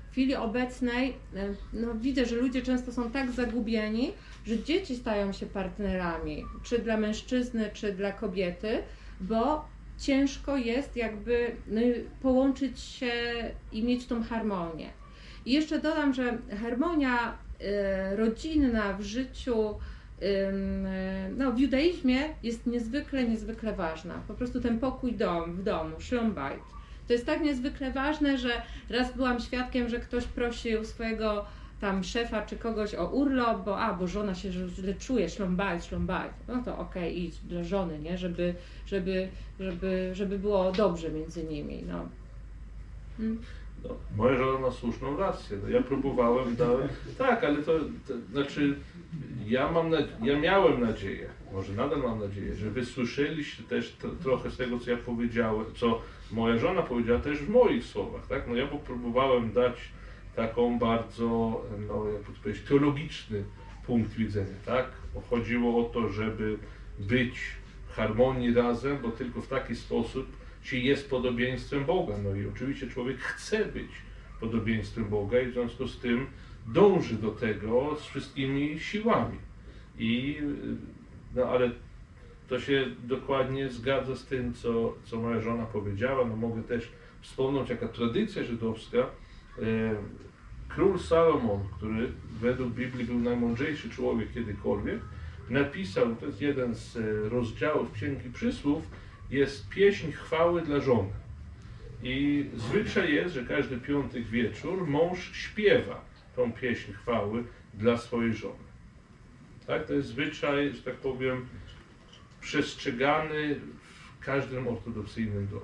w chwili obecnej e, no, widzę, że ludzie często są tak zagubieni, że dzieci stają się partnerami, czy dla mężczyzny, czy dla kobiety, bo ciężko jest jakby no, połączyć się i mieć tą harmonię. I jeszcze dodam, że harmonia e, rodzinna w życiu, e, no, w judaizmie jest niezwykle, niezwykle ważna. Po prostu ten pokój dom, w domu, shalom bayit. To jest tak niezwykle ważne, że raz byłam świadkiem, że ktoś prosił swojego tam szefa czy kogoś o urlop, bo a, bo żona się źle czuje, shalom bayit, shalom bayit. No to okej, okay, idź dla żony, nie? Żeby, żeby, żeby, żeby było dobrze między nimi. No. Hmm. No, moja żona ma słuszną rację. No, ja próbowałem, dałem. Tak, ale to, to znaczy, ja, mam nadzie- ja miałem nadzieję, może nadal mam nadzieję, że wy słyszeliście też t- trochę z tego, co ja powiedziałem, co moja żona powiedziała też w moich słowach. Tak? No, ja próbowałem dać taką bardzo, no, jak to powiedzieć, teologiczny punkt widzenia. Tak? Bo chodziło o to, żeby być w harmonii razem, bo tylko w taki sposób się jest podobieństwem Boga. No i oczywiście człowiek chce być podobieństwem Boga i w związku z tym dąży do tego z wszystkimi siłami. I, no ale to się dokładnie zgadza z tym, co, co moja żona powiedziała. No mogę też wspomnieć, jaka tradycja żydowska. E, król Salomon, który według Biblii był najmądrzejszy człowiek kiedykolwiek, napisał, to jest jeden z rozdziałów Księgi Przysłów, jest pieśń chwały dla żony. I zwyczaj jest, że każdy piątek wieczór mąż śpiewa tą pieśń chwały dla swojej żony. Tak? To jest zwyczaj, że tak powiem, przestrzegany w każdym ortodoksyjnym domu.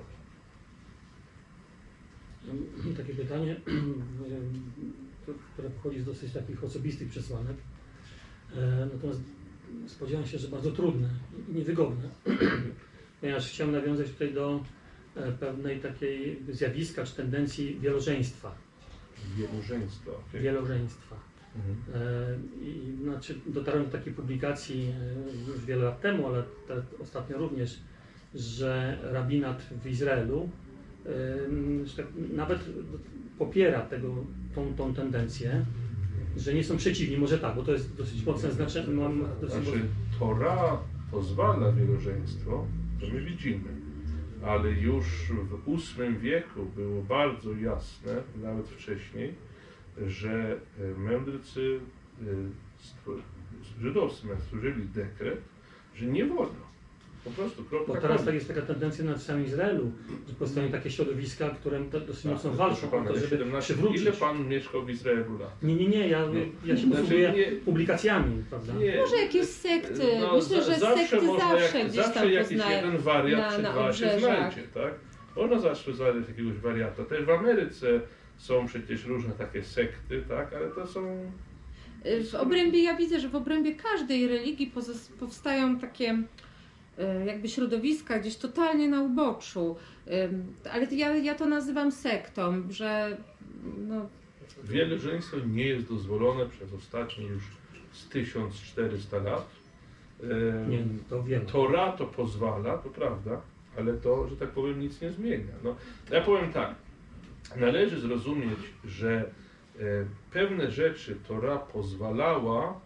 Takie pytanie, które pochodzi z dosyć takich osobistych przesłanek. Natomiast spodziewam się, że bardzo trudne i niewygodne. Ponieważ chciałem nawiązać tutaj do pewnej takiej zjawiska czy tendencji wielożeństwa. Wielożeństwa. Okay. Wielożeństwa. Mhm. I znaczy dotarłem do takiej publikacji już wiele lat temu, ale ostatnio również, że rabinat w Izraelu że tak, nawet popiera tego, tą, tą tendencję, że nie są przeciwni, może tak, bo to jest dosyć mocne znaczenie. Mam dosyć znaczy, Tora pozwala wielożeństwo, to my widzimy, ale już w ósmym wieku było bardzo jasne, nawet wcześniej, że mędrcy żydowscy stworzyli dekret, że nie wolno. Po prostu kropka. Bo teraz tak jest taka tendencja na całym Izraelu, że powstają takie środowiska, które dosyć mocno walczą o to, żeby przywrócić. Ile pan mieszkał w Izraelu lat? Nie, nie, nie, ja, ja się posługuję znaczy, publikacjami, prawda? Nie, może jakieś sekty, no, myślę, że zawsze sekty można, zawsze jak, gdzieś zawsze tam jakiś poznają jeden wariat na, czy na dwa się obrzeżach. znajdzie, tak? Można zawsze znaleźć jakiegoś wariata. Też w Ameryce są przecież różne takie sekty, tak? Ale to są... W obrębie, ja widzę, że w obrębie każdej religii powstają takie jakby środowiska gdzieś totalnie na uboczu, ale ja, ja to nazywam sektą, że no... Wielożeństwo nie jest dozwolone przez ostatnie już z tysiąc czterysta lat. Nie, to wiem. Tora to pozwala, to prawda, ale to, że tak powiem, nic nie zmienia. No, ja powiem tak, należy zrozumieć, że pewne rzeczy Tora pozwalała,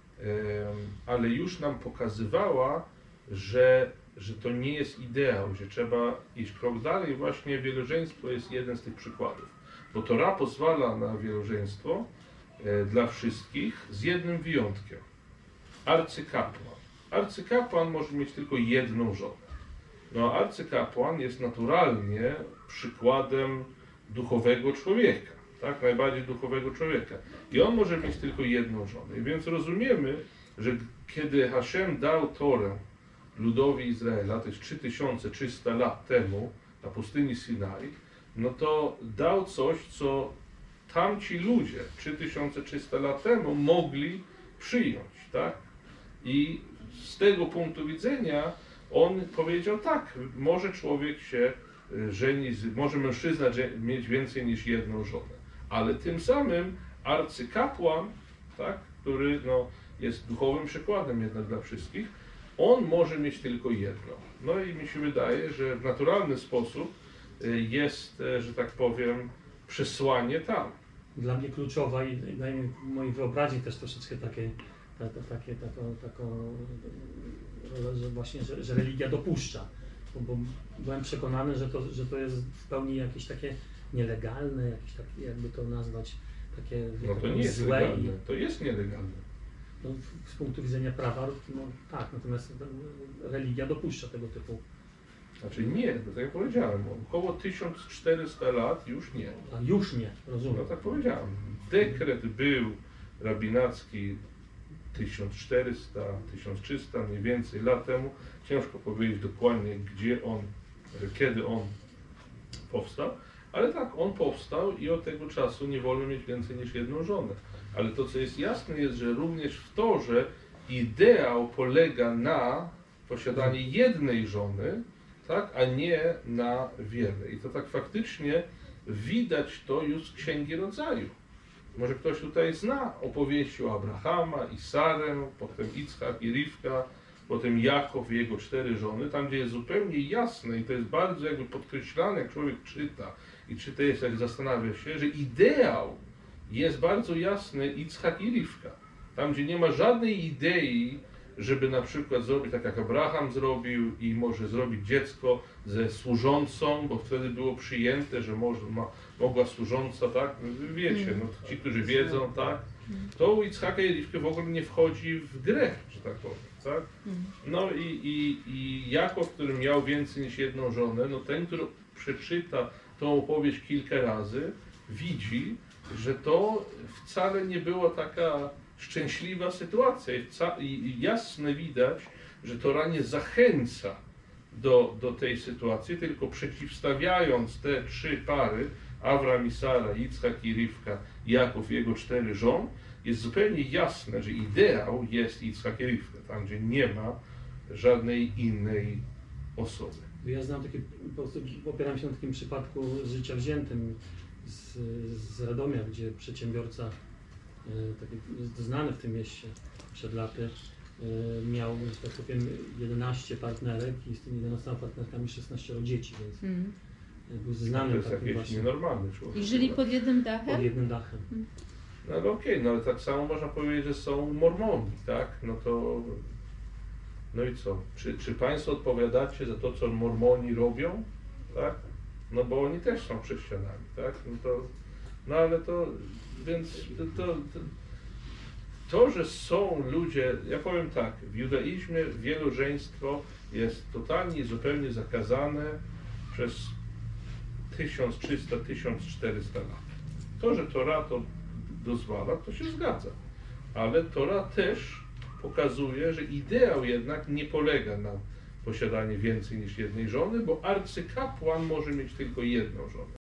ale już nam pokazywała, że, że to nie jest ideał, że trzeba iść krok dalej. Właśnie wielożeństwo jest jeden z tych przykładów. Bo Tora pozwala na wielożeństwo e, dla wszystkich z jednym wyjątkiem. Arcykapłan. Arcykapłan może mieć tylko jedną żonę. No arcykapłan jest naturalnie przykładem duchowego człowieka. Tak? Najbardziej duchowego człowieka. I on może mieć tylko jedną żonę. I więc rozumiemy, że kiedy Hashem dał Torę ludowi Izraela, to jest trzy tysiące trzysta lat temu na pustyni Sinai, no to dał coś, co tamci ludzie trzy tysiące trzysta lat temu mogli przyjąć, tak? I z tego punktu widzenia on powiedział tak, może człowiek się żeni, może mężczyzna mieć więcej niż jedną żonę, ale tym samym arcykapłan, tak, który no, jest duchowym przykładem jednak dla wszystkich, on może mieć tylko jedno. No i mi się wydaje, że w naturalny sposób jest, że tak powiem, przesłanie tam. dla mnie kluczowa i daje mi w mojej wyobraźni też troszeczkę takie, ta, ta, takie, taką, taką rolę, że właśnie, że, że religia dopuszcza. Bo, bo byłem przekonany, że to, że to jest w pełni jakieś takie nielegalne, jakieś takie, jakby to nazwać, takie No to nie jest złe legalne, i to jest nielegalne. no, z punktu widzenia prawa, no tak, natomiast religia dopuszcza tego typu. Znaczy nie, to tak jak powiedziałem, około tysiąc czterysta lat już nie. A już nie, rozumiem. No tak powiedziałem. Dekret był rabinacki tysiąc czterysta, tysiąc trzysta mniej więcej lat temu. Ciężko powiedzieć dokładnie, gdzie on, kiedy on powstał, ale tak, on powstał i od tego czasu nie wolno mieć więcej niż jedną żonę. Ale to, co jest jasne, jest, że również w to, że ideał polega na posiadaniu jednej żony, tak, a nie na wiele. I to tak faktycznie widać to już z Księgi Rodzaju. Może ktoś tutaj zna opowieści o Abrahama i Sarę, potem Ickak i Rivka, potem Jakob i jego cztery żony, tam gdzie jest zupełnie jasne i to jest bardzo jakby podkreślane, jak człowiek czyta i czyta jest, jak zastanawia się, że ideał jest bardzo jasny Ickak i Rivka. Tam gdzie nie ma żadnej idei, żeby na przykład zrobić tak jak Abraham zrobił i może zrobić dziecko ze służącą, bo wtedy było przyjęte, że może, ma, mogła służąca, tak, wiecie, no to ci, którzy wiedzą, tak, to u Ickaka i Rivki w ogóle nie wchodzi w grę, że tak powiem, tak. No i, i, i Jakob, który miał więcej niż jedną żonę, no ten, który przeczyta tą opowieść kilka razy, widzi, że to wcale nie była taka szczęśliwa sytuacja i jasno widać, że Tora nie zachęca do, do tej sytuacji, tylko przeciwstawiając te trzy pary, Awram i Sara, Ickak i Rivka, Jakub i jego cztery żon, jest zupełnie jasne, że ideał jest Ickak i Rivka, tam gdzie nie ma żadnej innej osoby. Ja znam takie, po prostu opieram się na takim przypadku z życia wziętym z, z Radomia, gdzie przedsiębiorca taki znany w tym mieście przed laty, miał, że tak powiem, jedenaście partnerek i z tymi jedenastoma partnerkami szesnaście dzieci, więc mm. był znanym to jest takim jakiś właśnie. nienormalny człowiek. I żyli pod jednym dachem? Pod jednym dachem. Mm. No ale okej, okay, no ale tak samo można powiedzieć, że są Mormoni, tak? No to, no i co? Czy, czy Państwo odpowiadacie za to, co Mormoni robią, tak? No bo oni też są chrześcijanami, tak? No to, no ale to, więc to, to, to, to, że są ludzie, ja powiem tak, w judaizmie wielożeństwo jest totalnie i zupełnie zakazane przez tysiąc trzysta do tysiąc czterysta lat. To, że Tora to dozwala, to się zgadza, ale Tora też pokazuje, że ideał jednak nie polega na posiadaniu więcej niż jednej żony, bo arcykapłan może mieć tylko jedną żonę.